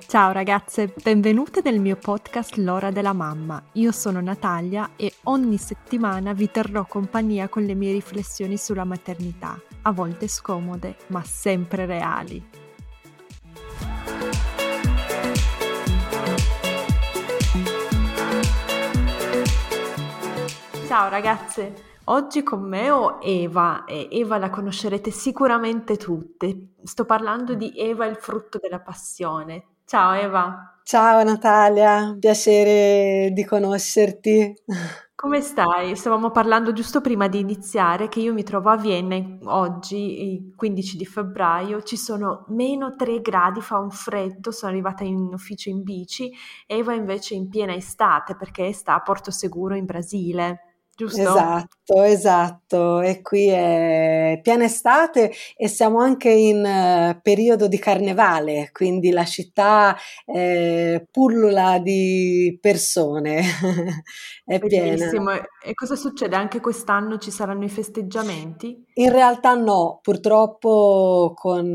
Ciao ragazze, benvenute nel mio podcast L'ora della mamma. Io sono Natalia e ogni settimana vi terrò compagnia con le mie riflessioni sulla maternità, a volte scomode, ma sempre reali. Ciao ragazze, oggi con me ho Eva e Eva la conoscerete sicuramente tutte. Sto parlando di Eva, il frutto della passione. Ciao Eva, Ciao Natalia, piacere di conoscerti. come stai? Stavamo parlando giusto prima di iniziare che io mi trovo a Vienna oggi, il 15 di febbraio, ci sono meno 3 gradi, fa un freddo, sono arrivata in ufficio in bici, Eva invece in piena estate perché sta a Porto Seguro in Brasile, giusto? Esatto, e qui è piena estate e siamo anche in periodo di carnevale, quindi la città pullula di persone, è piena. Bellissimo. E cosa succede? Anche quest'anno ci saranno i festeggiamenti? In realtà no, purtroppo con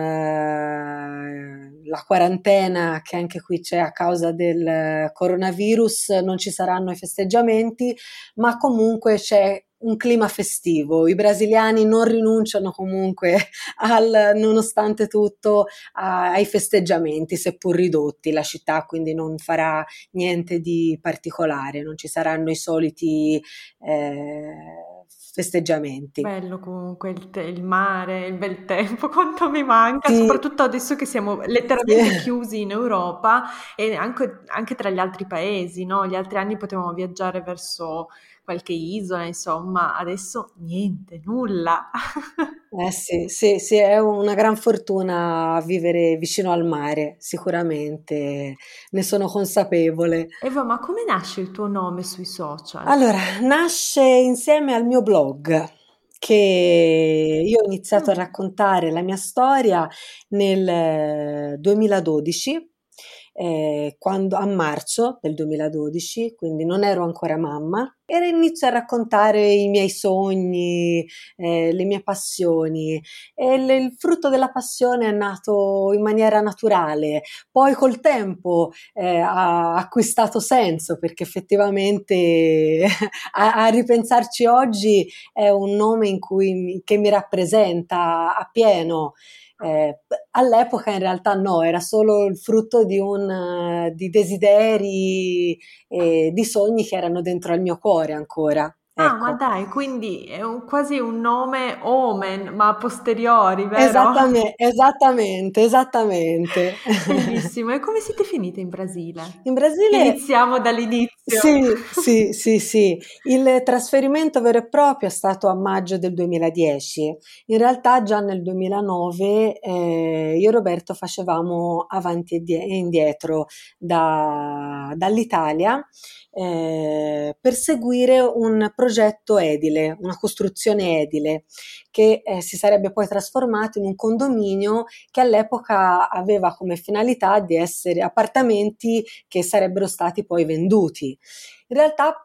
la quarantena che anche qui c'è a causa del coronavirus non ci saranno i festeggiamenti, ma comunque c'è un clima festivo. I brasiliani non rinunciano comunque nonostante tutto ai festeggiamenti, seppur ridotti. La città quindi non farà niente di particolare, non ci saranno i soliti festeggiamenti. Bello comunque il mare, il bel tempo, quanto mi manca, Sì, soprattutto adesso che siamo sì. letteralmente chiusi in Europa e anche tra gli altri paesi, no? Gli altri anni potevamo viaggiare verso qualche isola, insomma, adesso niente, nulla. Eh sì, sì, sì, è una gran fortuna vivere vicino al mare, sicuramente, ne sono consapevole. Eva, ma come nasce il tuo nome sui social? Allora, nasce insieme al mio blog, che io ho iniziato a Mm. raccontare la mia storia nel 2012, a marzo del 2012, quindi non ero ancora mamma, e inizio a raccontare i miei sogni, le mie passioni, e il frutto della passione è nato in maniera naturale. Poi col tempo ha acquistato senso perché effettivamente a ripensarci oggi è un nome che mi rappresenta appieno. All'epoca in realtà no, era solo il frutto di desideri e di sogni che erano dentro al mio cuore ancora. Ah, ma Ecco. dai, quindi è quasi un nome omen, ma a posteriori, vero? Esattamente. Bellissimo. E come siete finite in Brasile? In Brasile Iniziamo dall'inizio. sì, sì, sì, sì. Il trasferimento vero e proprio è stato a maggio del 2010. In realtà già nel 2009 io e Roberto facevamo avanti e indietro dall'Italia per seguire un progetto edile, una costruzione edile che si sarebbe poi trasformato in un condominio che all'epoca aveva come finalità di essere appartamenti che sarebbero stati poi venduti. In realtà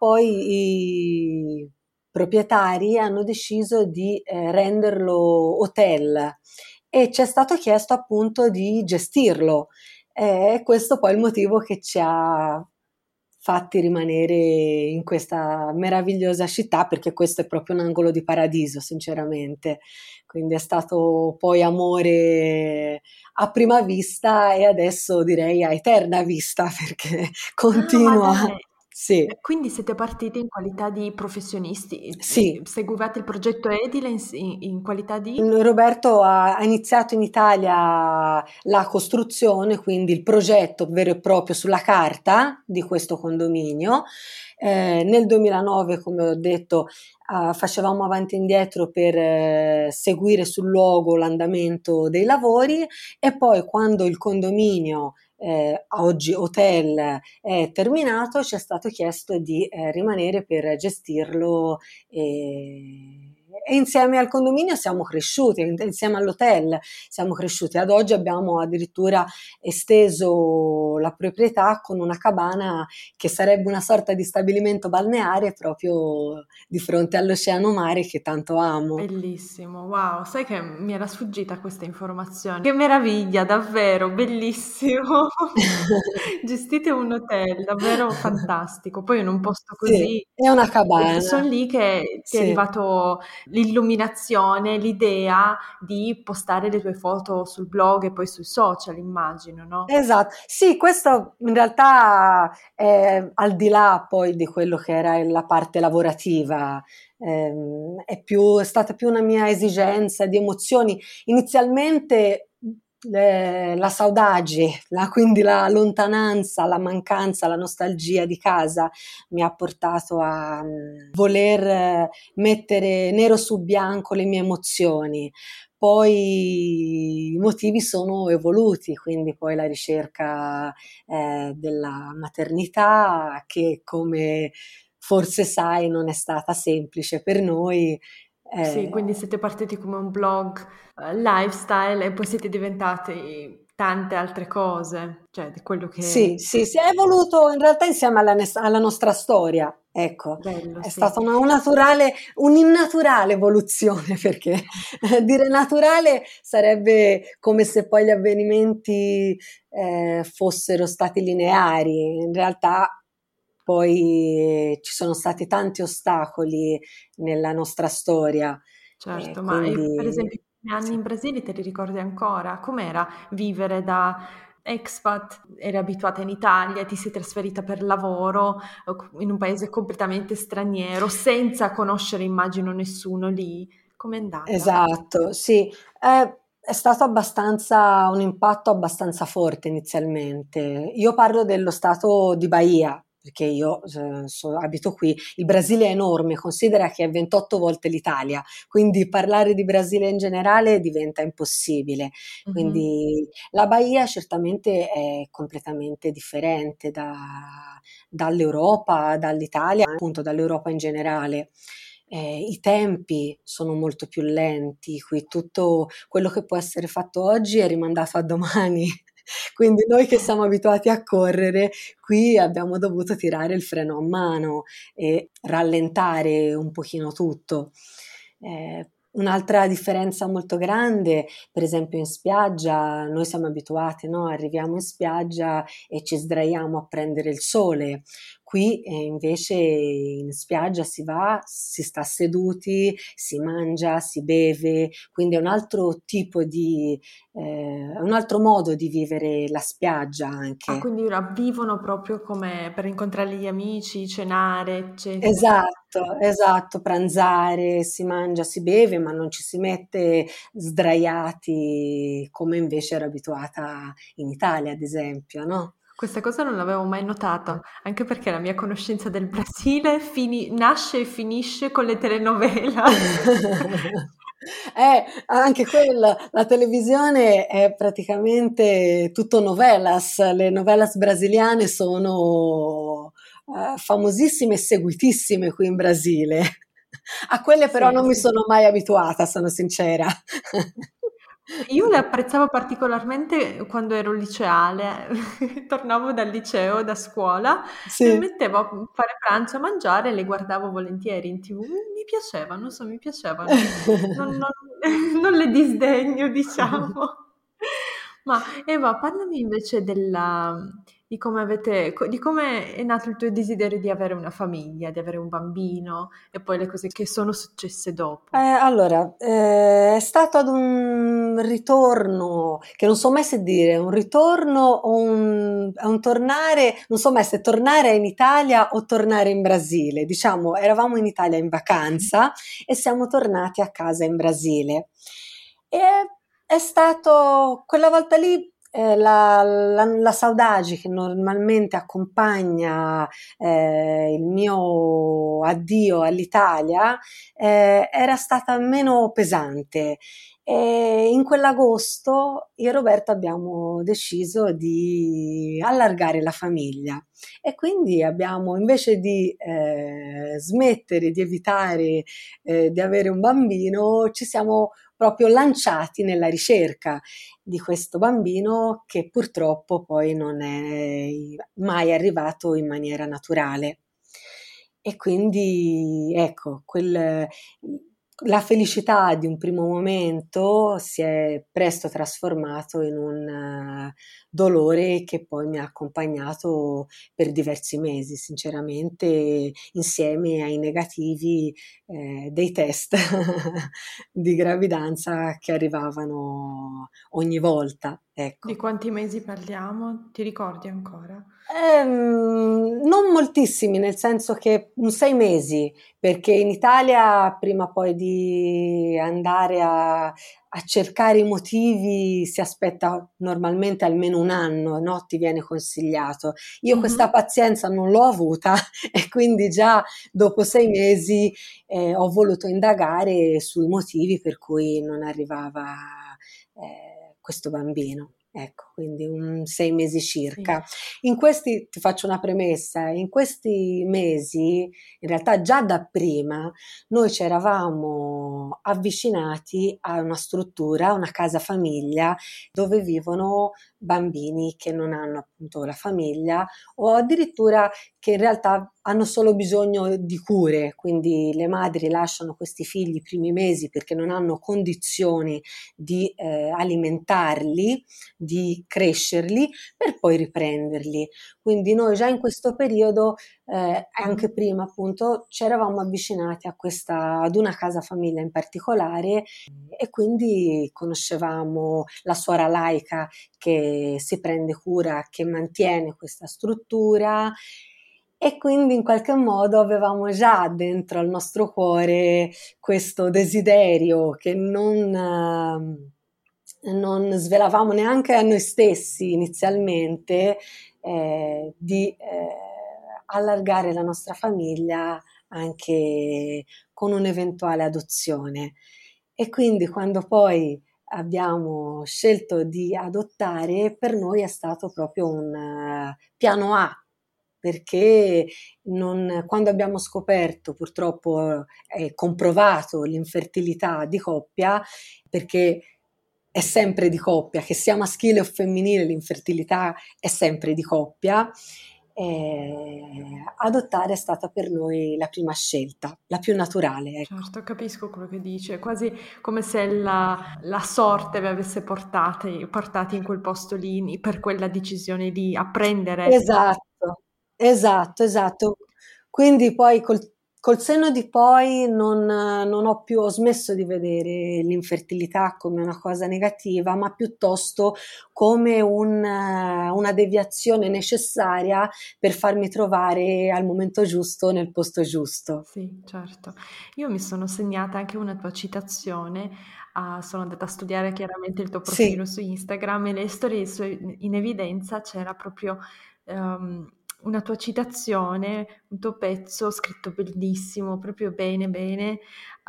poi i proprietari hanno deciso di renderlo hotel e ci è stato chiesto appunto di gestirlo. E questo poi è il motivo che ci ha fatti rimanere in questa meravigliosa città, perché questo è proprio un angolo di paradiso, sinceramente. Quindi è stato poi amore a prima vista e adesso direi a eterna vista, perché Ah, ma continua. dai. Sì, Quindi siete partiti in qualità di professionisti? sì. Seguivate il progetto edile in qualità di? Roberto ha iniziato in Italia la costruzione, quindi il progetto vero e proprio sulla carta di questo condominio. Nel 2009, come ho detto, facevamo avanti e indietro per seguire sul luogo l'andamento dei lavori e poi quando il condominio, oggi hotel, è terminato, ci è stato chiesto di rimanere per gestirlo e insieme al condominio siamo cresciuti, insieme all'hotel siamo cresciuti. Ad oggi abbiamo addirittura esteso la proprietà con una cabana che sarebbe una sorta di stabilimento balneare proprio di fronte all'oceano mare che tanto amo. Bellissimo, wow, sai che mi era sfuggita questa informazione. Che meraviglia, davvero, bellissimo. Gestite un hotel, davvero fantastico. Poi in un posto Sì, così, è una cabana. sono lì che ti è Sì. arrivato l'illuminazione, l'idea di postare le tue foto sul blog e poi sui social, immagino, no? Esatto, sì, questo in realtà è al di là poi di quello che era la parte lavorativa, è stata più una mia esigenza di emozioni. Inizialmente la saudade, quindi la lontananza, la mancanza, la nostalgia di casa mi ha portato a voler mettere nero su bianco le mie emozioni. Poi i motivi sono evoluti, quindi poi la ricerca della maternità, che come forse sai non è stata semplice per noi. Sì, quindi eh, siete partiti come un blog lifestyle e poi siete diventati tante altre cose, cioè di quello che... sì, sì, si è evoluto in realtà insieme alla nostra storia, ecco. Bello, È sì. stata un'innaturale evoluzione, perché dire naturale sarebbe come se poi gli avvenimenti fossero stati lineari. In realtà poi ci sono stati tanti ostacoli nella nostra storia, Certo, ma per quindi esempio i primi anni sì. in Brasile te li ricordi ancora? Com'era vivere da expat? Eri abituata in Italia, ti sei trasferita per lavoro in un paese completamente straniero, senza conoscere, immagino, nessuno lì. Com'è andata? Esatto, sì. È stato abbastanza un impatto abbastanza forte inizialmente. Io parlo dello stato di Bahia, perché io abito qui. Il Brasile è enorme, considera che è 28 volte l'Italia, quindi parlare di Brasile in generale diventa impossibile. Mhm. Quindi la Bahia certamente è completamente differente dall'Europa, dall'Italia, appunto dall'Europa in generale. I tempi sono molto più lenti, qui tutto quello che può essere fatto oggi è rimandato a domani. Quindi noi che siamo abituati a correre, qui abbiamo dovuto tirare il freno a mano e rallentare un pochino tutto. Un'altra differenza molto grande, per esempio in spiaggia, noi siamo abituati, no? Arriviamo in spiaggia e ci sdraiamo a prendere il sole. Qui invece in spiaggia si va, si sta seduti, si mangia, si beve, quindi è un altro tipo un altro modo di vivere la spiaggia Ah, anche. quindi ora vivono proprio come per incontrare gli amici, cenare, eccetera. Esatto, esatto, pranzare, si mangia, si beve, ma non ci si mette sdraiati come invece ero abituata in Italia, ad esempio, no? Questa cosa non l'avevo mai notata, anche perché la mia conoscenza del Brasile nasce e finisce con le telenovelas. Anche quella, la televisione è praticamente tutto novelas, le novelas brasiliane sono famosissime e seguitissime qui in Brasile. A quelle però Sì, non mi sì. sono mai abituata, sono sincera. Io le apprezzavo particolarmente quando ero liceale, tornavo dal liceo, da scuola, mi Sì. mettevo a fare pranzo, a mangiare e le guardavo volentieri in TV. Mi piacevano, non so, mi piacevano. Non non le disdegno, diciamo. Ma Eva, parlami invece di come di come è nato il tuo desiderio di avere una famiglia, di avere un bambino e poi le cose che sono successe dopo. Allora, è stato ad un ritorno che non so mai se dire, un ritorno o un tornare, non so mai se tornare in Italia o tornare in Brasile. Diciamo, eravamo in Italia in vacanza e siamo tornati a casa in Brasile. E è stato quella volta lì la saudade che normalmente accompagna il mio addio all'Italia era stata meno pesante. E in quell'agosto io e Roberto abbiamo deciso di allargare la famiglia e quindi abbiamo, invece di smettere di evitare di avere un bambino, ci siamo proprio lanciati nella ricerca di questo bambino che purtroppo poi non è mai arrivato in maniera naturale. E quindi ecco, la felicità di un primo momento si è presto trasformato in un dolore che poi mi ha accompagnato per diversi mesi, sinceramente, insieme ai negativi dei test di gravidanza che arrivavano ogni volta, Di ecco. quanti mesi parliamo? Ti ricordi ancora? Non moltissimi, nel senso che 6 mesi, perché in Italia prima poi di andare a cercare i motivi si aspetta normalmente almeno un anno, no? Ti viene consigliato. Io questa Mhm. pazienza non l'ho avuta e quindi già dopo 6 mesi ho voluto indagare sui motivi per cui non arrivava questo bambino. Ecco, quindi 6 mesi Sì. circa. In questi, ti faccio una premessa, in questi mesi, in realtà già da prima, noi ci eravamo avvicinati a una struttura, una casa famiglia, dove vivono bambini che non hanno appunto la famiglia o addirittura che in realtà hanno solo bisogno di cure, quindi le madri lasciano questi figli i primi mesi perché non hanno condizioni di alimentarli, di crescerli per poi riprenderli. Quindi noi già in questo periodo, anche Mhm. prima appunto, ci eravamo avvicinati ad una casa famiglia in particolare e quindi conoscevamo la suora laica che si prende cura, che mantiene questa struttura e quindi in qualche modo avevamo già dentro al nostro cuore questo desiderio che non svelavamo neanche a noi stessi inizialmente, di allargare la nostra famiglia anche con un'eventuale adozione. E quindi quando poi abbiamo scelto di adottare, per noi è stato proprio un piano A, perché quando abbiamo scoperto, purtroppo comprovato l'infertilità di coppia, perché è sempre di coppia, che sia maschile o femminile, l'infertilità è sempre di coppia. Adottare è stata per noi la prima scelta, la più naturale, ecco. Certo, capisco quello che dici, è quasi come se la sorte vi avesse portati in quel posto lì per quella decisione di apprendere. Esatto, esatto, esatto. Quindi poi col senno di poi non ho smesso di vedere l'infertilità come una cosa negativa, ma piuttosto come una deviazione necessaria per farmi trovare al momento giusto nel posto giusto. Sì, certo. Io mi sono segnata anche una tua citazione, sono andata a studiare chiaramente il tuo Sì, profilo su Instagram e le storie in evidenza c'era proprio una tua citazione, un tuo pezzo scritto bellissimo, proprio bene, bene,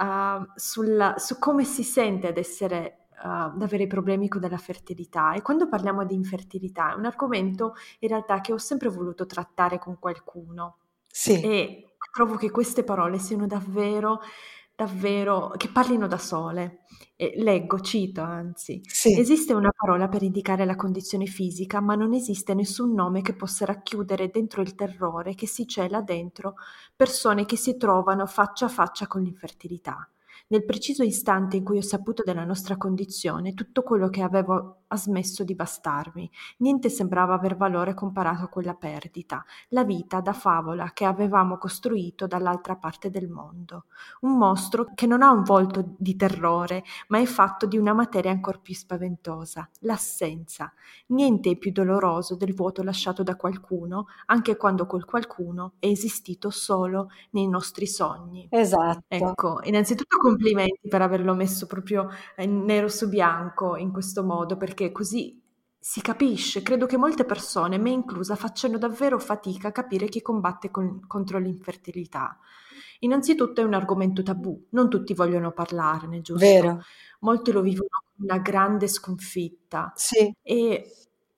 su come si sente ad avere problemi con della fertilità. E quando parliamo di infertilità è un argomento in realtà che ho sempre voluto trattare con qualcuno. sì, E trovo che queste parole siano davvero, davvero, che parlino da sole. Leggo, cito anzi, sì. esiste una parola per indicare la condizione fisica, ma non esiste nessun nome che possa racchiudere dentro il terrore che si cela dentro persone che si trovano faccia a faccia con l'infertilità. Nel preciso istante in cui ho saputo della nostra condizione, tutto quello che avevo ha smesso di bastarmi. Niente sembrava aver valore comparato a quella perdita, la vita da favola che avevamo costruito dall'altra parte del mondo. Un mostro che non ha un volto di terrore, ma è fatto di una materia ancor più spaventosa, l'assenza. Niente è più doloroso del vuoto lasciato da qualcuno, anche quando quel qualcuno è esistito solo nei nostri sogni. Esatto. Ecco, innanzitutto complimenti per averlo messo proprio nero su bianco in questo modo, perché così si capisce. Credo che molte persone, me inclusa, facciano davvero fatica a capire chi combatte contro l'infertilità. Innanzitutto è un argomento tabù, non tutti vogliono parlarne, giusto? Vero? Molti lo vivono come una grande sconfitta Sì, e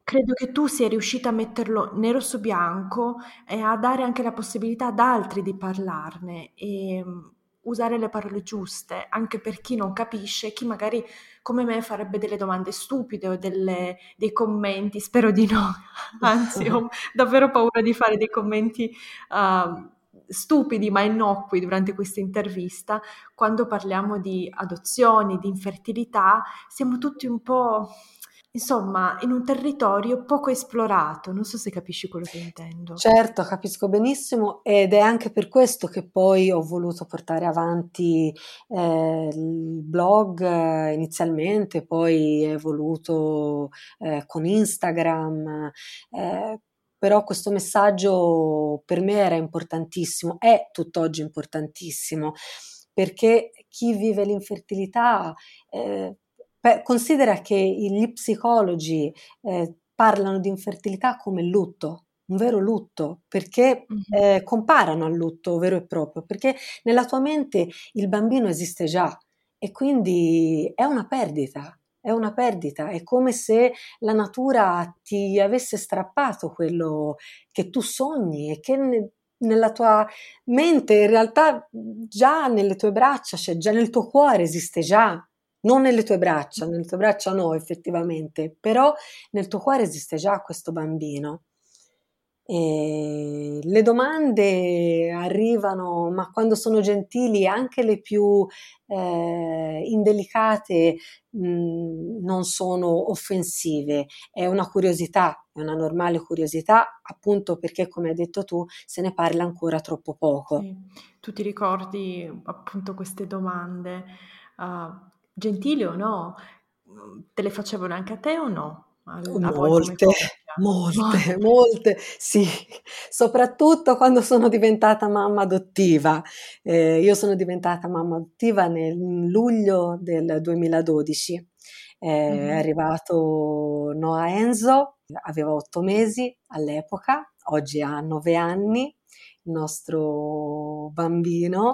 Credo che tu sia riuscita a metterlo nero su bianco e a dare anche la possibilità ad altri di parlarne e usare le parole giuste, anche per chi non capisce, chi magari come me farebbe delle domande stupide o dei commenti, spero di no, anzi ho davvero paura di fare dei commenti stupidi ma innocui durante questa intervista. Quando parliamo di adozioni, di infertilità, siamo tutti un po', insomma, in un territorio poco esplorato, non so se capisci quello che intendo. Certo, capisco benissimo ed è anche per questo che poi ho voluto portare avanti il blog inizialmente, poi è evoluto con Instagram, eh, però questo messaggio per me era importantissimo, è tutt'oggi importantissimo, perché chi vive l'infertilità eh, considera che gli psicologi parlano di infertilità come lutto, un vero lutto, perché Mhm. comparano al lutto vero e proprio, perché nella tua mente il bambino esiste già e quindi è una perdita, è come se la natura ti avesse strappato quello che tu sogni e che nella tua mente in realtà già nelle tue braccia, cioè già nel tuo cuore esiste già, non nelle tue braccia no effettivamente, però nel tuo cuore esiste già questo bambino. E le domande arrivano, ma quando sono gentili, anche le più indelicate, non sono offensive. È una curiosità, è una normale curiosità, appunto perché, come hai detto tu, se ne parla ancora troppo poco. Sì, tu ti ricordi appunto queste domande, gentili o no? Te le facevano anche a te o no? A voi come Molte, coppia? molte, molte, sì, soprattutto quando sono diventata mamma adottiva. Io sono diventata mamma adottiva nel luglio del 2012. È Mhm. arrivato Noah Enzo, aveva 8 mesi all'epoca, oggi ha 9 anni, il nostro bambino,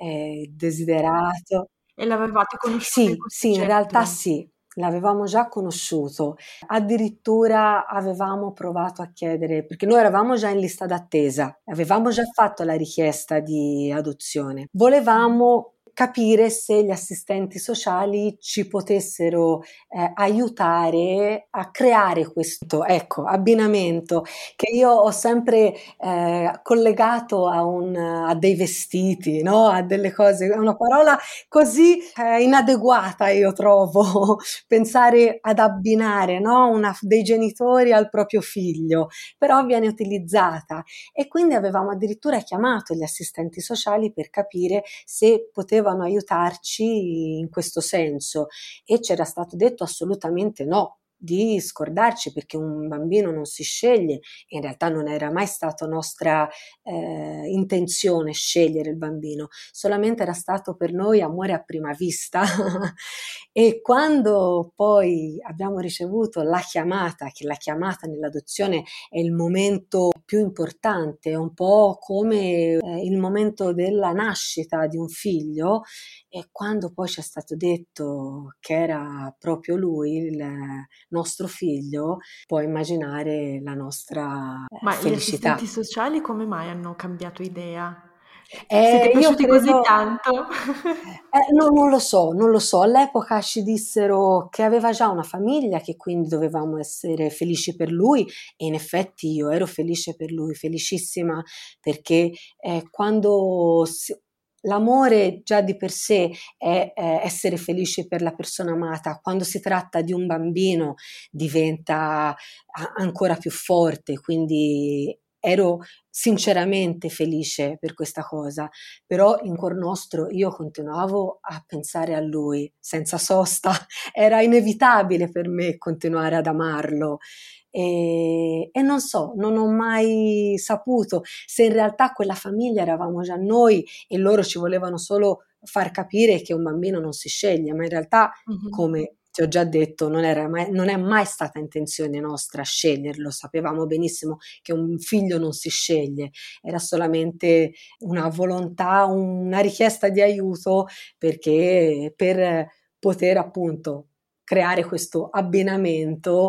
desiderato. E l'avevate conosciuto in Sì, questo sì, in realtà centro? sì, l'avevamo già conosciuto. Addirittura avevamo provato a chiedere, perché noi eravamo già in lista d'attesa, avevamo già fatto la richiesta di adozione. Mhm. Volevamo capire se gli assistenti sociali ci potessero aiutare a creare questo, ecco, abbinamento che io ho sempre collegato a dei vestiti, no? A delle cose, è una parola così inadeguata io trovo pensare ad abbinare, no? Dei genitori al proprio figlio, però viene utilizzata e quindi avevamo addirittura chiamato gli assistenti sociali per capire se potevano aiutarci in questo senso e c'era stato detto assolutamente no, di scordarci perché un bambino non si sceglie, in realtà non era mai stata nostra intenzione scegliere il bambino, solamente era stato per noi amore a prima vista. E quando poi abbiamo ricevuto la chiamata, che la chiamata nell'adozione è il momento più importante, è un po' come il momento della nascita di un figlio, e quando poi ci è stato detto che era proprio lui, il nostro figlio, puoi immaginare la nostra Ma gli felicità. assistenti sociali come mai hanno cambiato idea? Siete Io cresciuti così credo, tanto? no, non lo so, non lo so. All'epoca ci dissero che aveva già una famiglia, che quindi dovevamo essere felici per lui e in effetti io ero felice per lui, felicissima perché quando l'amore già di per sé è essere felici per la persona amata, quando si tratta di un bambino diventa ancora più forte, quindi ero sinceramente felice per questa cosa, però in cuor nostro io continuavo a pensare a lui senza sosta, era inevitabile per me continuare ad amarlo e non so, non ho mai saputo se in realtà quella famiglia eravamo già noi e loro ci volevano solo far capire che un bambino non si sceglie, ma in realtà, Mhm. come ti ho già detto, non è mai stata intenzione nostra sceglierlo, sapevamo benissimo che un figlio non si sceglie, era solamente una volontà, una richiesta di aiuto perché per poter appunto creare questo abbinamento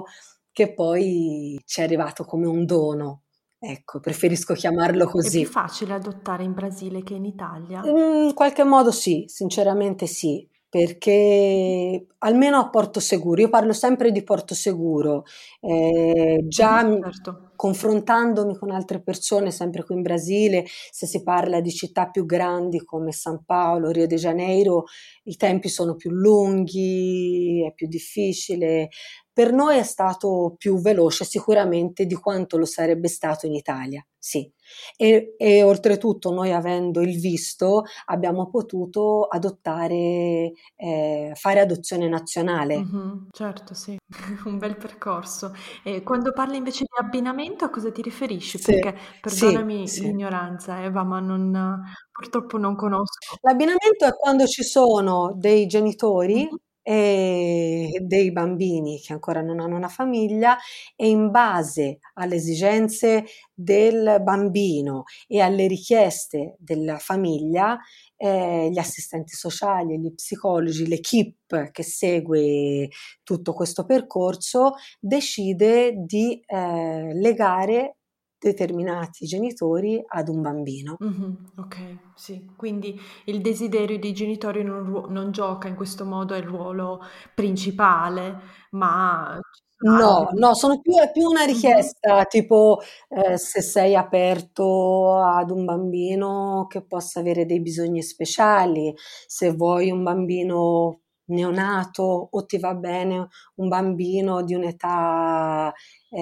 che poi ci è arrivato come un dono. Ecco, preferisco chiamarlo È più così. facile adottare in Brasile che in Italia? In qualche modo sì, sinceramente sì, perché almeno a Porto Seguro, io parlo sempre di Porto Seguro, Mh-mh, già certo. confrontandomi con altre persone, sempre qui in Brasile, se si parla di città più grandi come San Paolo, Rio de Janeiro, i tempi sono più lunghi, è più difficile. Per noi è stato più veloce sicuramente di quanto lo sarebbe stato in Italia, sì. E oltretutto noi avendo il visto abbiamo potuto adottare, fare adozione nazionale. Mh-mh, certo, sì, un bel percorso. E quando parli invece di abbinamento a cosa ti riferisci? Sì, Perché sì, perdonami sì. l'ignoranza, Eva, ma non purtroppo non conosco. L'abbinamento è quando ci sono dei genitori Mh-mh, e dei bambini che ancora non hanno una famiglia e in base alle esigenze del bambino e alle richieste della famiglia, gli assistenti sociali e gli psicologi, l'equipe che segue tutto questo percorso, decide di, legare determinati genitori ad un bambino. okay, sì. Quindi il desiderio dei genitori non gioca in questo modo il ruolo principale, ma ci sono No, altri no, è più una mh-mh, richiesta, tipo, se sei aperto ad un bambino che possa avere dei bisogni speciali, se vuoi un bambino neonato o ti va bene un bambino di un'età,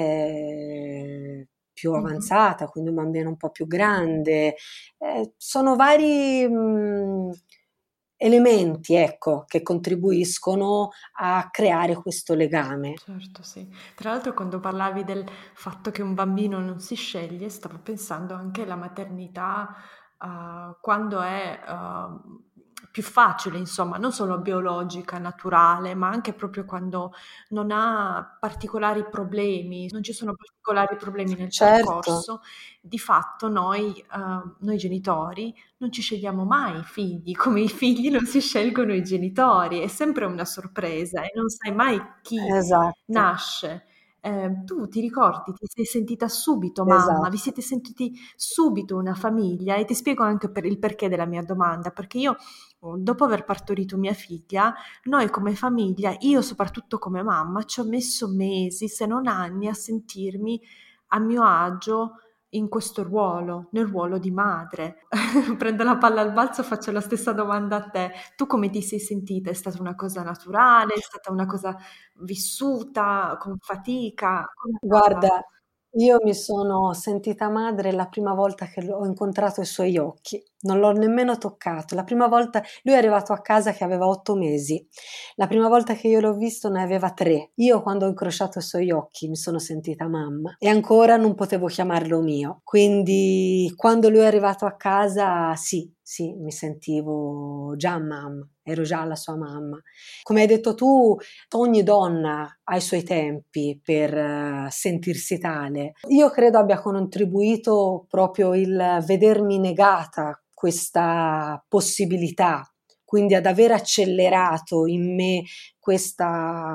più mh-mh. avanzata, quindi un bambino un po' più grande. Sono vari, elementi, ecco, che contribuiscono a creare questo legame. Certo, sì. Tra l'altro quando parlavi del fatto che un bambino non si sceglie, stavo pensando anche alla maternità, quando è, più facile, insomma, non solo biologica, naturale, ma anche proprio quando non ha particolari problemi, non ci sono particolari problemi nel Certo, percorso, di fatto noi genitori non ci scegliamo mai i figli, come i figli non si scelgono i genitori, è sempre una sorpresa e non sai mai chi esatto, nasce. Tu ti ricordi, ti sei sentita subito mamma, vi esatto. siete sentiti subito una famiglia e ti spiego anche per il perché della mia domanda, perché io dopo aver partorito mia figlia, noi come famiglia, io soprattutto come mamma, ci ho messo mesi, se non anni, a sentirmi a mio agio in questo ruolo, nel ruolo di madre. Prendo la palla al balzo, faccio la stessa domanda a te. Tu come ti sei sentita? È stata una cosa naturale? È stata una cosa vissuta con fatica? Com'è andata? Guarda, io mi sono sentita madre la prima volta che ho incontrato i suoi occhi, non l'ho nemmeno toccato. La prima volta lui è arrivato a casa che aveva 8 mesi, la prima volta che io l'ho visto ne aveva 3. Io quando ho incrociato i suoi occhi mi sono sentita mamma e ancora non potevo chiamarlo mio. Quindi quando lui è arrivato a casa sì, sì, mi sentivo già mamma, ero già la sua mamma. Come hai detto tu, ogni donna ha i suoi tempi per sentirsi tale. Io credo abbia contribuito proprio il vedermi negata questa possibilità, quindi ad aver accelerato in me questa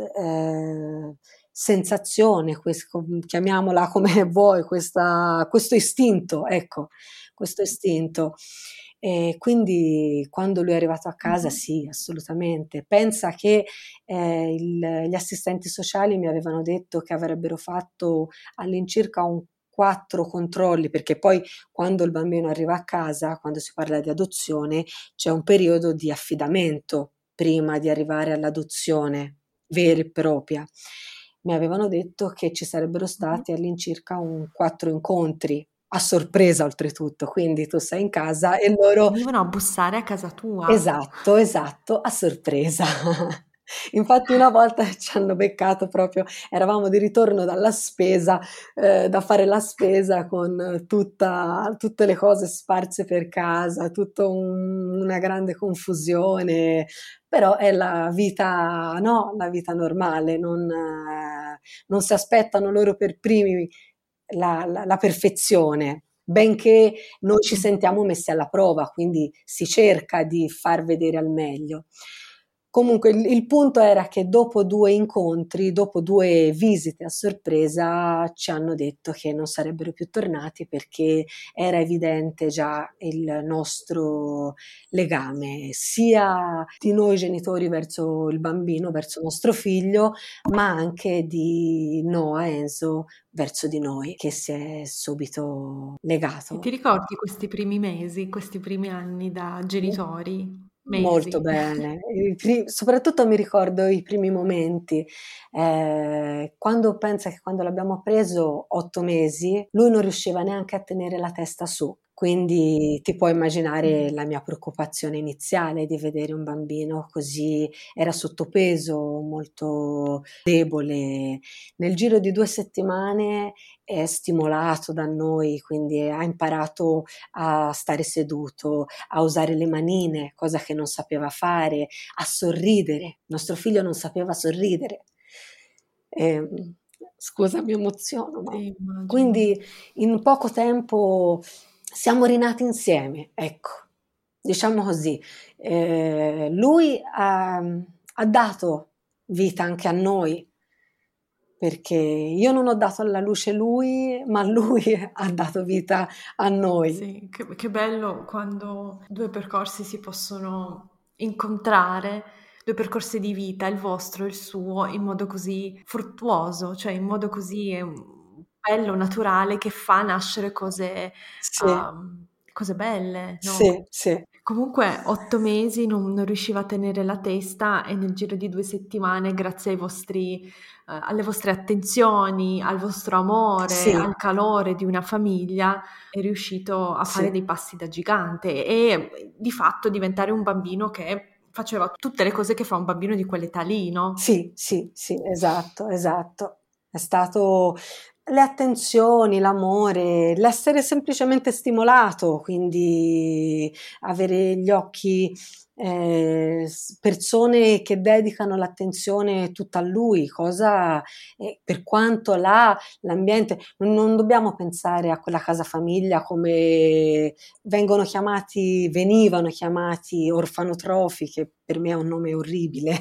sensazione, chiamiamola come vuoi, questo istinto, ecco, questo istinto. E quindi quando lui è arrivato a casa, Mh-mh. sì, assolutamente. Pensa che gli assistenti sociali mi avevano detto che avrebbero fatto all'incirca un 4 controlli, perché poi quando il bambino arriva a casa, quando si parla di adozione, c'è un periodo di affidamento prima di arrivare all'adozione vera e propria. Mi avevano detto che ci sarebbero Mh-mh. stati all'incirca un 4 incontri, a sorpresa oltretutto, quindi tu sei in casa e loro. Venivano a bussare a casa tua. Esatto, esatto, a sorpresa. Infatti una volta ci hanno beccato proprio, eravamo di ritorno dalla spesa, da fare la spesa con tutte le cose sparse per casa, tutto una grande confusione, però è la vita, no, la vita normale, non si aspettano loro per primi la perfezione, benché noi ci Mh-mh. sentiamo messi alla prova, quindi si cerca di far vedere al meglio. Comunque il punto era che dopo 2 incontri, dopo 2 visite a sorpresa, ci hanno detto che non sarebbero più tornati perché era evidente già il nostro legame, sia di noi genitori verso il bambino, verso nostro figlio, ma anche di Noah, Enzo, verso di noi, che si è subito E ti legato. ricordi questi primi mesi, questi primi anni da genitori? Molto Mesi. bene, soprattutto mi ricordo i primi momenti, quando pensa che quando l'abbiamo preso 8 mesi, lui non riusciva neanche a tenere la testa su. Quindi ti puoi immaginare la mia preoccupazione iniziale di vedere un bambino così, era sottopeso, molto debole. Nel giro di 2 settimane è stimolato da noi, quindi ha imparato a stare seduto, a usare le manine, cosa che non sapeva fare, a sorridere. Nostro figlio non sapeva sorridere. Scusa, mi emoziono, ma Sì, immagino. quindi in poco tempo siamo rinati insieme, ecco, diciamo così. Lui ha dato vita anche a noi, perché io non ho dato alla luce lui, ma lui ha dato vita a noi. Sì, che bello quando due percorsi si possono incontrare, due percorsi di vita, il vostro e il suo, in modo così fruttuoso, cioè in modo così bello, naturale, che fa nascere cose, Sì, cose belle, no? sì, sì, Comunque 8 mesi non riusciva a tenere la testa e nel giro di 2 settimane, grazie alle vostre attenzioni, al vostro amore, sì, al calore di una famiglia, è riuscito a fare sì, dei passi da gigante e di fatto diventare un bambino che faceva tutte le cose che fa un bambino di quell'età lì, no? sì, sì, sì, esatto, esatto. È stato le attenzioni, l'amore, l'essere semplicemente stimolato, quindi avere gli occhi, persone che dedicano l'attenzione tutta a lui, cosa, per quanto là l'ambiente, non dobbiamo pensare a quella casa famiglia come venivano chiamati orfanotrofi, che per me è un nome orribile,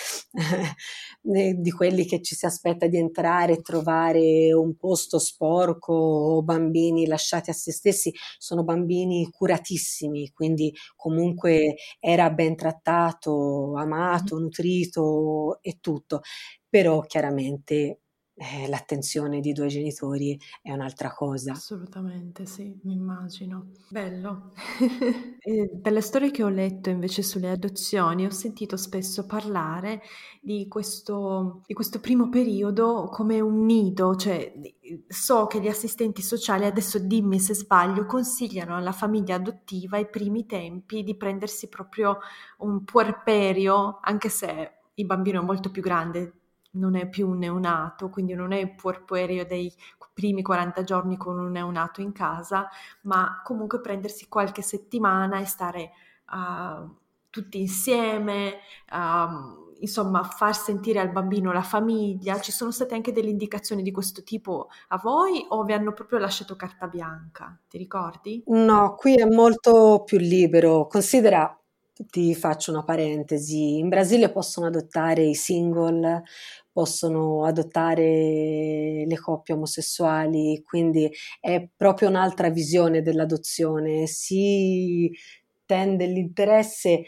di quelli che ci si aspetta di entrare e trovare un posto sporco o bambini lasciati a se stessi. Sono bambini curatissimi, quindi comunque era ben trattato, Mhm. amato, nutrito e tutto, però chiaramente l'attenzione di 2 genitori è un'altra cosa. Assolutamente sì, mi immagino. Bello. E dalle storie che ho letto invece sulle adozioni ho sentito spesso parlare di questo primo periodo come un nido, cioè so che gli assistenti sociali, adesso dimmi se sbaglio, consigliano alla famiglia adottiva ai primi tempi di prendersi proprio un puerperio, anche se il bambino è molto più grande, non è più un neonato, quindi non è il puerperio dei primi 40 giorni con un neonato in casa, ma comunque prendersi qualche settimana e stare tutti insieme, insomma far sentire al bambino la famiglia. Ci sono state anche delle indicazioni di questo tipo a voi o vi hanno proprio lasciato carta bianca? Ti ricordi? No, qui è molto più libero. Considera, ti faccio una parentesi, in Brasile possono adottare i single, possono adottare le coppie omosessuali, quindi è proprio un'altra visione dell'adozione. Si tende l'interesse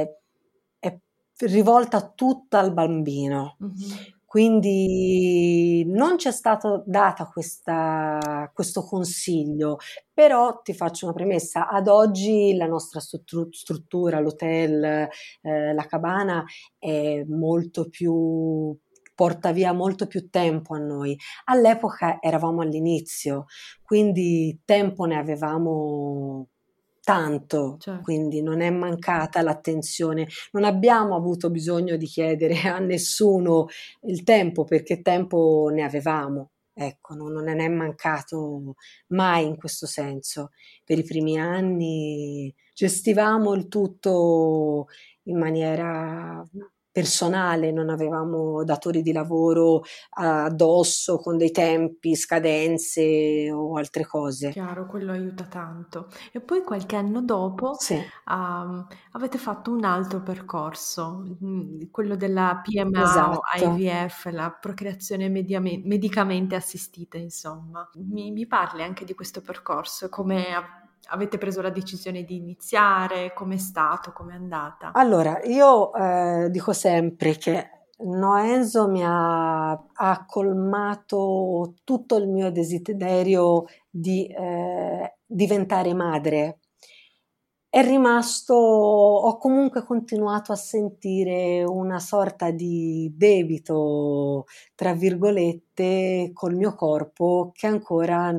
è rivolta tutta al bambino. Mhm. Quindi non c'è stato data questo consiglio, però ti faccio una premessa, ad oggi la nostra struttura, l'hotel, la cabana è molto più, porta via molto più tempo a noi. All'epoca eravamo all'inizio, quindi tempo ne avevamo tanto, Certo. quindi non è mancata l'attenzione, non abbiamo avuto bisogno di chiedere a nessuno il tempo perché tempo ne avevamo. Ecco, non ne è mancato mai in questo senso. Per i primi anni gestivamo il tutto in maniera personale, non avevamo datori di lavoro addosso con dei tempi, scadenze o altre cose. Chiaro, quello aiuta tanto. E poi qualche anno dopo Sì, avete fatto un altro percorso, quello della PMA o esatto. IVF, la procreazione medicamente assistita, insomma. Mi parli anche di questo percorso, come avete preso la decisione di iniziare, com'è stato, com'è andata? Allora, io dico sempre che Noenzo ha colmato tutto il mio desiderio di diventare madre. È rimasto, ho comunque continuato a sentire una sorta di debito, tra virgolette, col mio corpo che ancora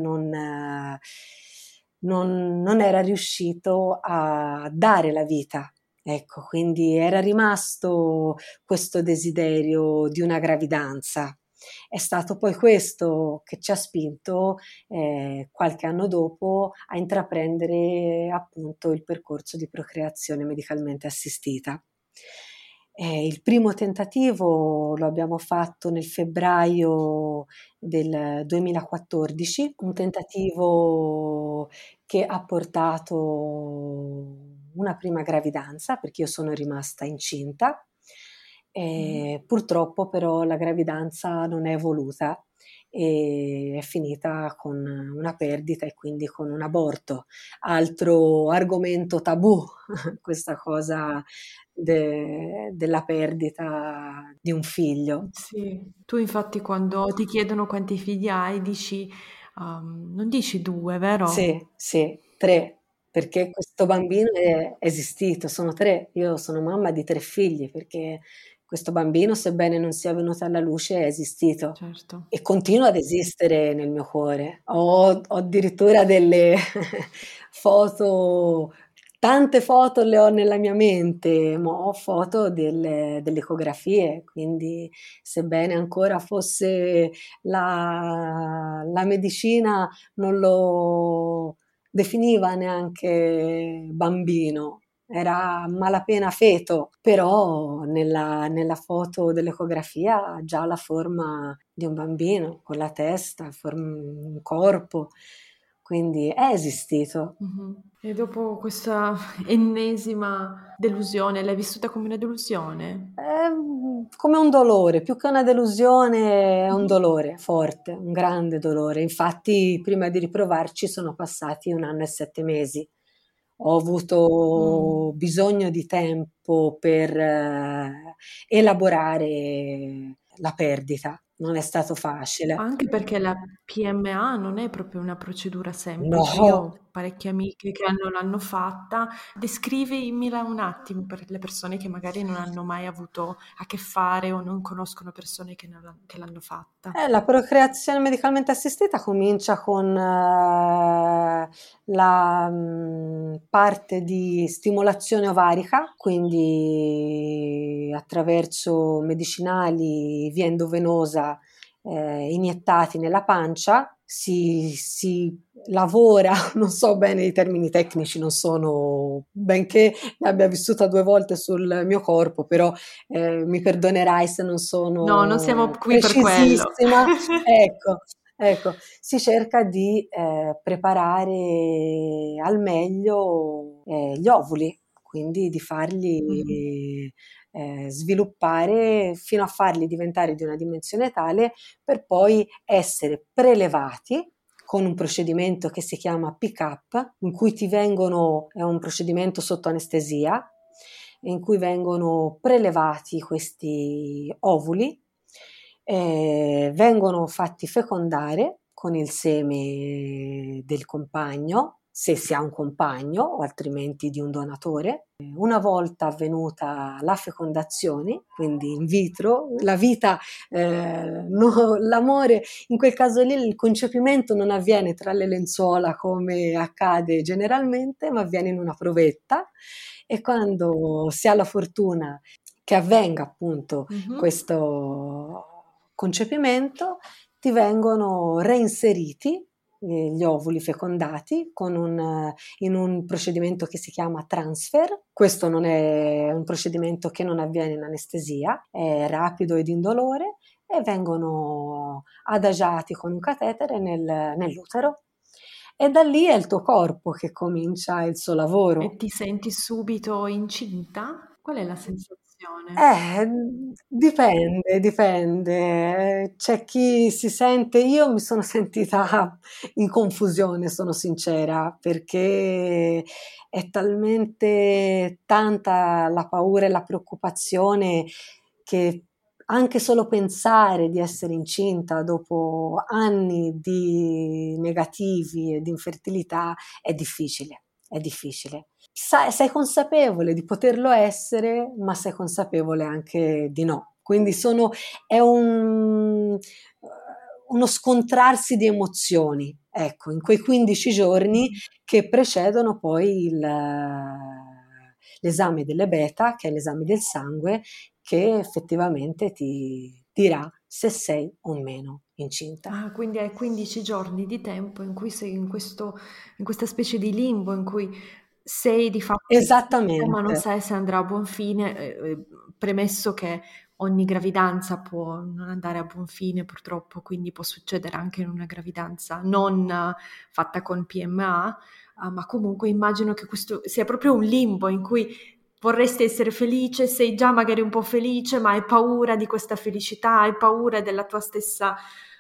non era riuscito a dare la vita. Ecco, quindi era rimasto questo desiderio di una gravidanza. È stato poi questo che ci ha spinto, qualche anno dopo, a intraprendere appunto il percorso di procreazione medicalmente assistita. Il primo tentativo lo abbiamo fatto nel febbraio del 2014, un tentativo che ha portato una prima gravidanza, perché io sono rimasta incinta. Mm. Purtroppo però la gravidanza non è voluta e è finita con una perdita e quindi con un aborto. Altro argomento tabù, questa cosa della perdita di un figlio. Sì, tu infatti quando ti chiedono quanti figli hai dici, non dici due, vero? Sì, sì, 3, perché questo bambino è esistito, sono 3. Io sono mamma di 3 figli, perché questo bambino, sebbene non sia venuto alla luce, è esistito Certo. e continua ad esistere nel mio cuore. Ho addirittura delle foto, tante foto le ho nella mia mente, ma ho foto delle ecografie, quindi sebbene ancora fosse la medicina non lo definiva neanche bambino, era a malapena feto, però nella foto dell'ecografia ha già la forma di un bambino, con la testa, un corpo, quindi è esistito. Mhm. E dopo questa ennesima delusione, l'hai vissuta come una delusione? È come un dolore, più che una delusione è un Mhm. dolore forte, un grande dolore. Infatti, prima di riprovarci sono passati 1 anno e 7 mesi. Ho avuto Mm. bisogno di tempo per elaborare la perdita. Non è stato facile. Anche perché la PMA non è proprio una procedura semplice. Io No. ho parecchie amiche che l'hanno fatta. Descrivimela un attimo per le persone che magari non hanno mai avuto a che fare o non conoscono persone che l'hanno fatta. La procreazione medicalmente assistita comincia con la parte di stimolazione ovarica, quindi attraverso medicinali via endovenosa iniettati nella pancia, si lavora, non so bene i termini tecnici, non sono, benché ne abbia vissuta 2 volte sul mio corpo, però mi perdonerai se non No, non siamo sono qui per quello. precisissima. Ecco, ecco, si cerca di preparare al meglio gli ovuli, quindi di Mhm. farli sviluppare fino a farli diventare di una dimensione tale per poi essere prelevati con un procedimento che si chiama pick-up, in cui è un procedimento sotto anestesia, in cui vengono prelevati questi ovuli, vengono fatti fecondare con il seme del compagno, se si ha un compagno o altrimenti di un donatore. Una volta avvenuta la fecondazione, quindi in vitro, la vita, no, l'amore, in quel caso lì il concepimento non avviene tra le lenzuola come accade generalmente, ma avviene in una provetta e quando si ha la fortuna che avvenga appunto Mhm. questo concepimento, ti vengono reinseriti gli ovuli fecondati in un procedimento che si chiama transfer. Questo non è un procedimento che non avviene in anestesia, è rapido ed indolore e vengono adagiati con un catetere nell'utero. E da lì è il tuo corpo che comincia il suo E lavoro. ti senti subito incinta? Qual è la sensazione? Dipende. C'è chi si sente, io mi sono sentita in confusione, sono sincera, perché è talmente tanta la paura e la preoccupazione che anche solo pensare di essere incinta dopo anni di negativi e di infertilità è difficile, è difficile. Sei consapevole di poterlo essere, ma sei consapevole anche di no. Quindi è uno scontrarsi di emozioni, ecco, in quei 15 giorni che precedono poi l'esame delle beta, che è l'esame del sangue, che effettivamente ti dirà se sei o meno incinta. Ah, quindi hai 15 giorni di tempo in cui sei in questa specie di limbo in cui sei di fatto incinta, ma non Esattamente. sai se andrà a buon fine, premesso che ogni gravidanza può non andare a buon fine, purtroppo, quindi può succedere anche in una gravidanza non fatta con PMA, ma comunque immagino che questo sia proprio un limbo in cui vorresti essere felice, sei già magari un po' felice, ma hai paura di questa felicità, hai paura della tua stessa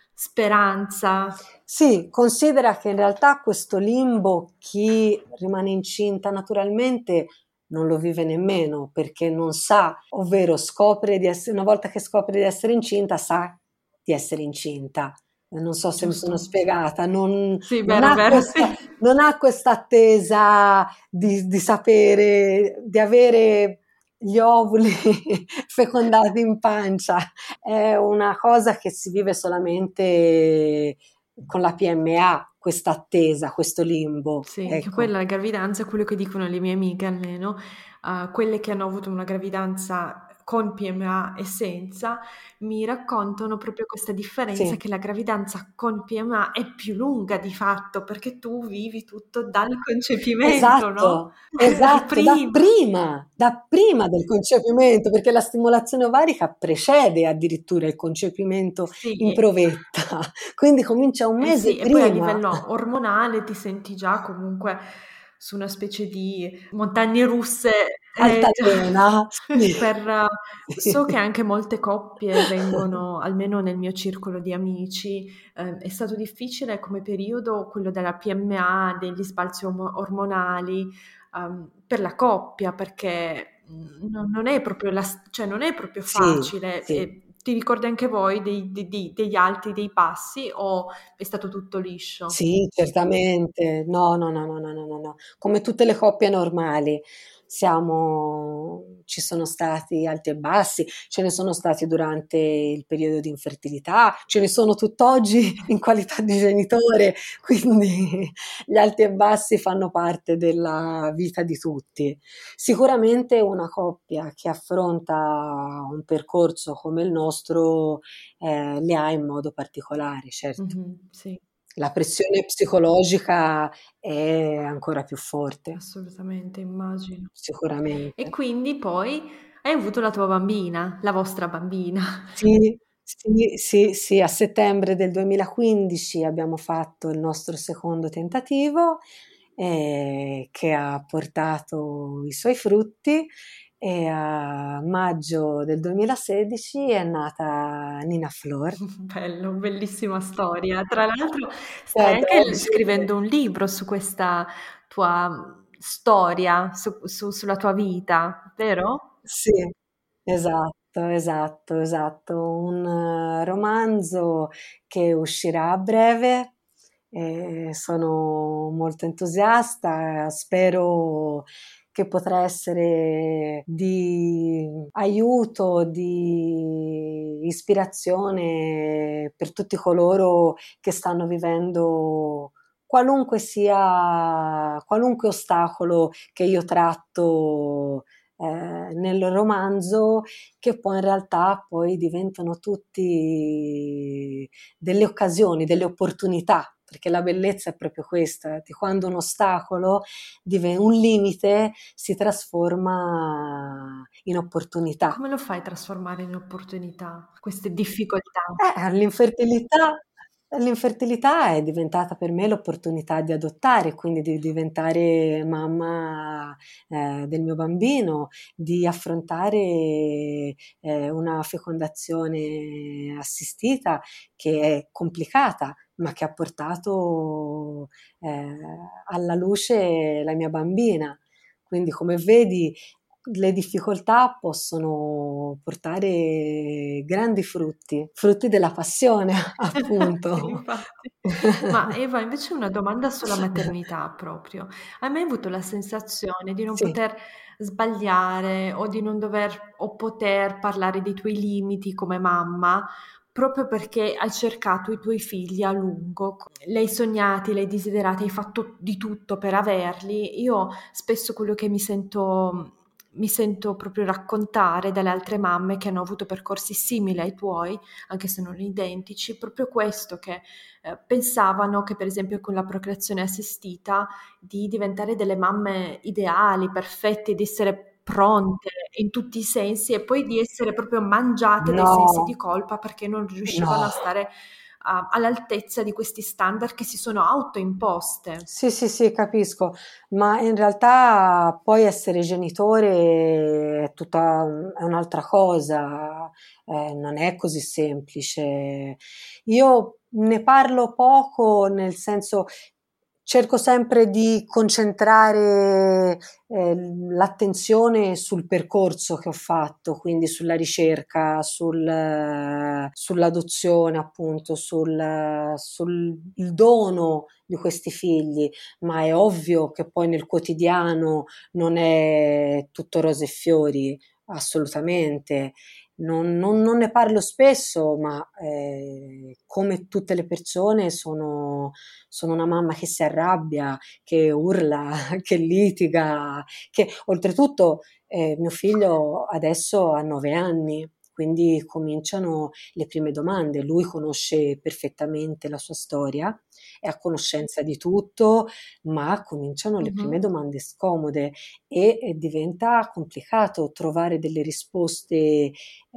speranza. Sì, considera che in realtà questo limbo chi rimane incinta naturalmente non lo vive nemmeno perché non sa, ovvero scopre di essere, una volta che scopre di essere incinta, sa di essere incinta. Non so se mi sono Giusto? spiegata, Sì, vero, vero, sì. non ha questa attesa di sapere, di avere gli ovuli fecondati in pancia. È una cosa che si vive solamente con la PMA, questa attesa, questo limbo, Sì, che poi ecco. la gravidanza, quello che dicono le mie amiche almeno, quelle che hanno avuto una gravidanza con PMA e senza, mi raccontano proprio questa differenza Sì. che la gravidanza con PMA è più lunga di fatto, perché tu vivi tutto dal concepimento, no? Esatto, esatto, Prima. da prima del concepimento, perché la stimolazione ovarica precede addirittura il concepimento Sì, in provetta, quindi comincia un eh mese sì, e poi a prima. livello ormonale ti senti già comunque su una specie di montagne russe, già Altalena, sì, per so che sì. anche molte coppie vengono, almeno nel mio circolo di amici, è stato difficile come periodo quello della PMA, degli sbalzi ormonali, per la coppia, perché non è proprio cioè non è proprio Sì, facile. sì. E ti ricordi anche voi degli alti, dei bassi, o è stato tutto liscio? Sì, certamente. No, no, no, no, no, no, no, no. Come tutte le coppie normali, ci sono stati alti e bassi, ce ne sono stati durante il periodo di infertilità, ce ne sono tutt'oggi in qualità di genitore, quindi gli alti e bassi fanno parte della vita di tutti. Sicuramente una coppia che affronta un percorso come il nostro, le ha in modo particolare, certo. Mh-mh, sì, La pressione psicologica è ancora più forte, assolutamente, immagino. E sicuramente. quindi poi hai avuto la tua bambina, la vostra bambina. Sì, sì, sì, sì, a settembre del 2015 abbiamo fatto il nostro secondo tentativo, che ha portato i suoi frutti e a maggio del 2016 è nata Nina Flor, Bello, bellissima storia. Tra l'altro che stai ad anche oggi scrivendo un libro su questa tua storia, sulla tua vita, vero? sì, esatto, esatto, esatto. Un romanzo che uscirà a breve e sono molto entusiasta, spero che potrà essere di aiuto, di ispirazione per tutti coloro che stanno vivendo qualunque ostacolo che io tratto nel romanzo, che poi in realtà poi diventano tutti delle occasioni, delle opportunità perché la bellezza è proprio questa, di quando un ostacolo, un limite si trasforma in opportunità. Come lo fai a trasformare in opportunità queste difficoltà? L'infertilità è diventata per me l'opportunità di adottare, quindi di diventare mamma del mio bambino, di affrontare una fecondazione assistita che è complicata, ma che ha portato eh, alla luce la mia bambina. Quindi, come vedi, le difficoltà possono portare grandi frutti, frutti della passione, Sì, appunto. infatti. Ma Eva, invece una domanda sulla maternità proprio. Hai mai avuto la sensazione di non Sì. poter sbagliare o di non dover o poter parlare dei tuoi limiti come mamma, proprio perché hai cercato i tuoi figli a lungo, li hai sognati, li hai desiderati, hai fatto di tutto per averli? Io spesso quello che mi sento proprio raccontare dalle altre mamme che hanno avuto percorsi simili ai tuoi, anche se non identici, proprio questo che pensavano che per esempio con la procreazione assistita di diventare delle mamme ideali, perfette, di essere pronte in tutti i sensi e poi di essere proprio mangiate dai sensi di No, colpa perché non riuscivano no. a stare all'altezza di questi standard che si sono autoimposte. Sì, sì, sì, capisco, ma in realtà poi essere genitore è è un'altra cosa, non è così semplice. Io ne parlo poco, nel senso cerco sempre di concentrare l'attenzione sul percorso che ho fatto, quindi sulla ricerca, sull'adozione, appunto, sul il dono di questi figli, ma è ovvio che poi nel quotidiano non è tutto rose e fiori, assolutamente. Non ne parlo spesso, ma come tutte le persone sono una mamma che si arrabbia, che urla, che litiga, che oltretutto mio figlio adesso ha 9 anni. Quindi cominciano le prime domande. Lui conosce perfettamente la sua storia, è a conoscenza di tutto, ma cominciano le prime Mhm. domande scomode e diventa complicato trovare delle risposte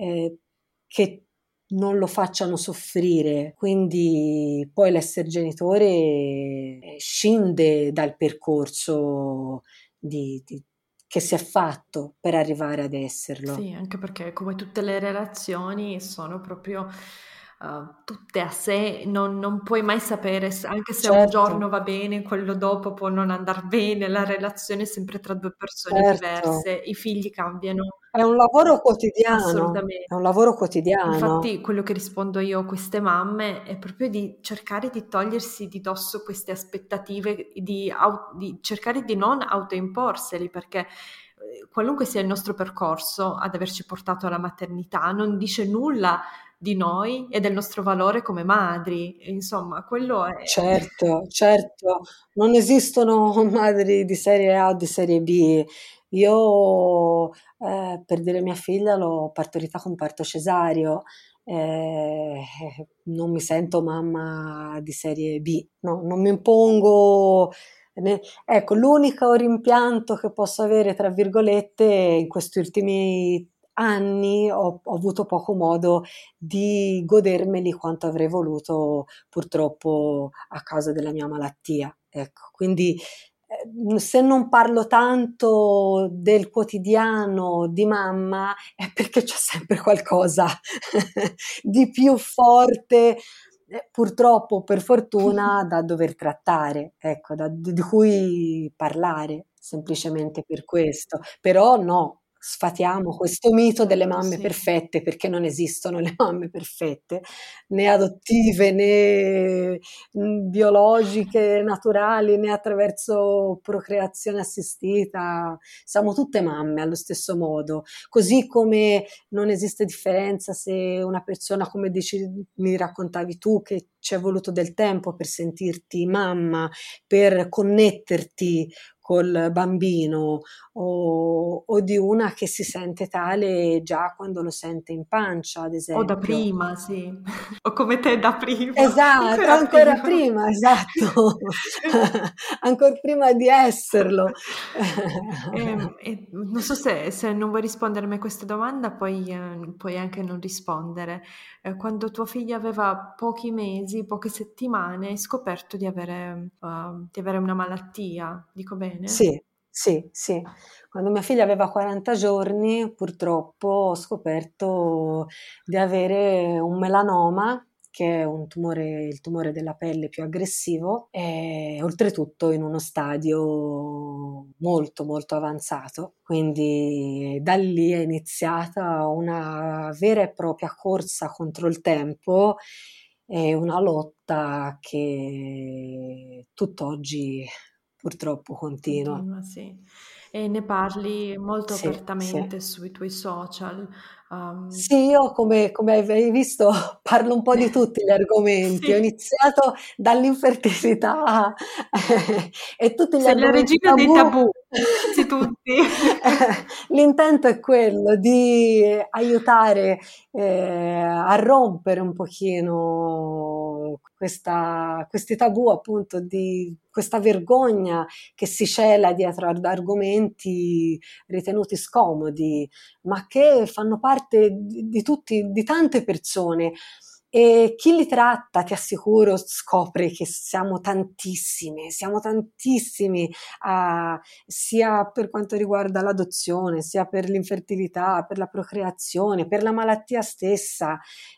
che non lo facciano soffrire. Quindi poi l'essere genitore scinde dal percorso che si è fatto per arrivare ad esserlo. Sì, anche perché come tutte le relazioni sono proprio tutte a sé, non puoi mai sapere, anche se un Certo, giorno va bene, quello dopo può non andar bene, la relazione è sempre tra due persone certo. diverse, i figli cambiano È un lavoro quotidiano, è assolutamente. un lavoro quotidiano. Infatti quello che rispondo io a queste mamme è proprio di cercare di togliersi di dosso queste aspettative, di cercare di non autoimporseli, perché qualunque sia il nostro percorso ad averci portato alla maternità, non dice nulla di noi e del nostro valore come madri. Insomma, quello è... Certo, certo, non esistono madri di serie A o di serie B. Io, per dire mia figlia l'ho partorita con parto cesareo, non mi sento mamma di serie B, no, non mi impongo. Ecco, l'unico rimpianto che posso avere, tra virgolette, in questi ultimi anni ho avuto poco modo di godermeli quanto avrei voluto purtroppo a causa della mia malattia. Ecco, quindi se non parlo tanto del quotidiano di mamma è perché c'è sempre qualcosa di più forte, purtroppo o per fortuna, da dover trattare, ecco, di cui parlare, semplicemente per questo. Però no, sfatiamo questo mito delle Certo, mamme sì. perfette, perché non esistono le mamme perfette, né adottive né biologiche, naturali, né attraverso procreazione assistita. Siamo tutte mamme allo stesso modo, così come non esiste differenza se una persona, come dici, mi raccontavi tu, che ci è voluto del tempo per sentirti mamma, per connetterti col bambino, o di una che si sente tale già quando lo sente in pancia, ad O da esempio. prima, sì. O come te da prima, Esatto, ancora ancora prima. prima, esatto, ancor prima di esserlo. E non so se non vuoi rispondermi a questa domanda, poi puoi anche non rispondere. Quando tua figlia aveva pochi mesi, poche settimane, hai scoperto di avere una malattia, dico bene? Sì, sì, sì. Quando mia figlia aveva 40 giorni, purtroppo ho scoperto di avere un melanoma, che è il tumore della pelle più aggressivo, e oltretutto in uno stadio molto, molto avanzato. Quindi da lì è iniziata una vera e propria corsa contro il tempo e una lotta che tutt'oggi purtroppo continua. Continua, sì. E ne parli molto Sì, sì. apertamente sui tuoi social. um, Sì, io come hai visto parlo un po' di tutti gli argomenti. Ho Sì, iniziato dall'infertilità e tutti gli sei la argomenti regina dei tabù. tabù, quasi tutti. L'intento è quello di aiutare, a rompere un pochino questi tabù, appunto, di questa vergogna che si cela dietro ad argomenti ritenuti scomodi, ma che fanno parte di tutti, di tante persone. E chi li tratta, ti assicuro, scopre che siamo tantissimi, sia per quanto riguarda l'adozione, sia per l'infertilità, per la procreazione, per la malattia stessa.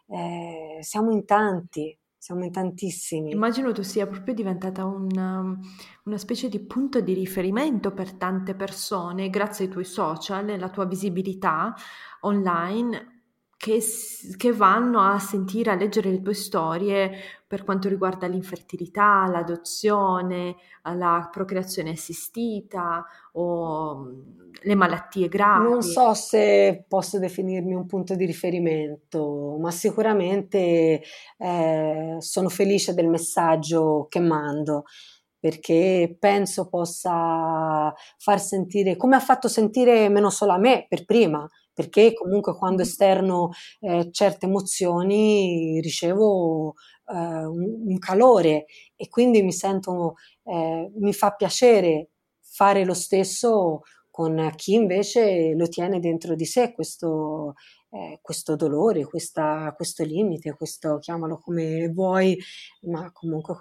Siamo in tantissimi. Immagino tu sia proprio diventata una specie di punto di riferimento per tante persone grazie ai tuoi social e alla tua visibilità online che vanno a sentire, a leggere le tue storie per quanto riguarda l'infertilità, l'adozione, la procreazione assistita o le malattie Non gravi. so se posso definirmi un punto di riferimento, ma sicuramente sono felice del messaggio che mando, perché penso possa far sentire, come ha fatto sentire meno solo a me per prima, perché comunque quando Mhm. esterno certe emozioni ricevo un calore e quindi mi fa piacere fare lo stesso con chi invece lo tiene dentro di sé questo dolore, questo limite, chiamalo come vuoi, ma comunque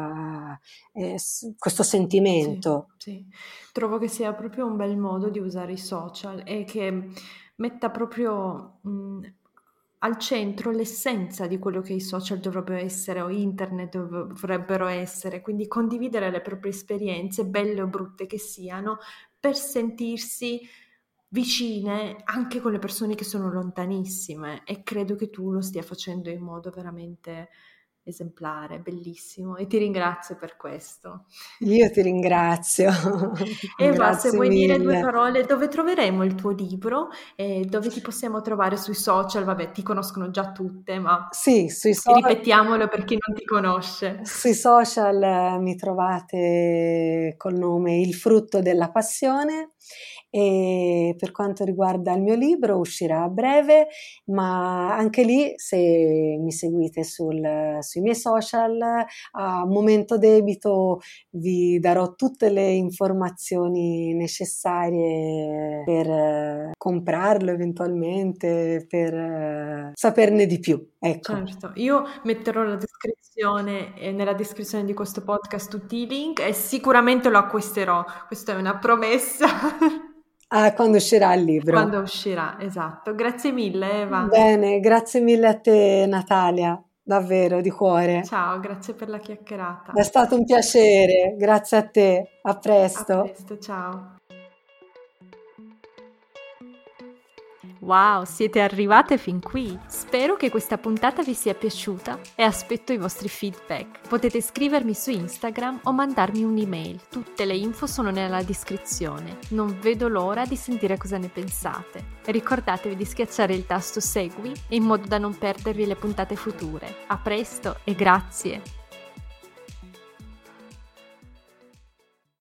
questo Sì, sentimento. sì. Trovo che sia proprio un bel modo di usare i social e che metta proprio al centro l'essenza di quello che i social dovrebbero essere o internet dovrebbero essere, quindi condividere le proprie esperienze, belle o brutte che siano, per sentirsi vicine anche con le persone che sono lontanissime e credo che tu lo stia facendo in modo veramente esemplare, bellissimo e ti ringrazio per questo. Io ti ringrazio, Eva, se grazie vuoi dire due mille. parole, dove troveremo il tuo libro e dove ti possiamo trovare sui social? Vabbè, ti conoscono già tutte, ma Sì, ripetiamolo per chi non ti conosce. sui social mi trovate col nome Il frutto della passione e per quanto riguarda il mio libro uscirà a breve, ma anche lì se mi seguite sui miei social a momento debito vi darò tutte le informazioni necessarie per comprarlo eventualmente, per saperne di più. Ecco. Certo, io metterò nella descrizione di questo podcast tutti i link e sicuramente lo acquisterò. Questa è una promessa. Ah, quando uscirà il libro. Quando uscirà, esatto. Grazie mille, Eva. Bene, grazie mille a te Natalia, davvero di cuore. Ciao, grazie per la È chiacchierata. stato un piacere, grazie a te, a A presto. presto, ciao. Wow, siete arrivate fin qui! Spero che questa puntata vi sia piaciuta e aspetto i vostri feedback. Potete scrivermi su Instagram o mandarmi un'email. Tutte le info sono nella descrizione. Non vedo l'ora di sentire cosa ne pensate. Ricordatevi di schiacciare il tasto segui in modo da non perdervi le puntate future. A presto e grazie!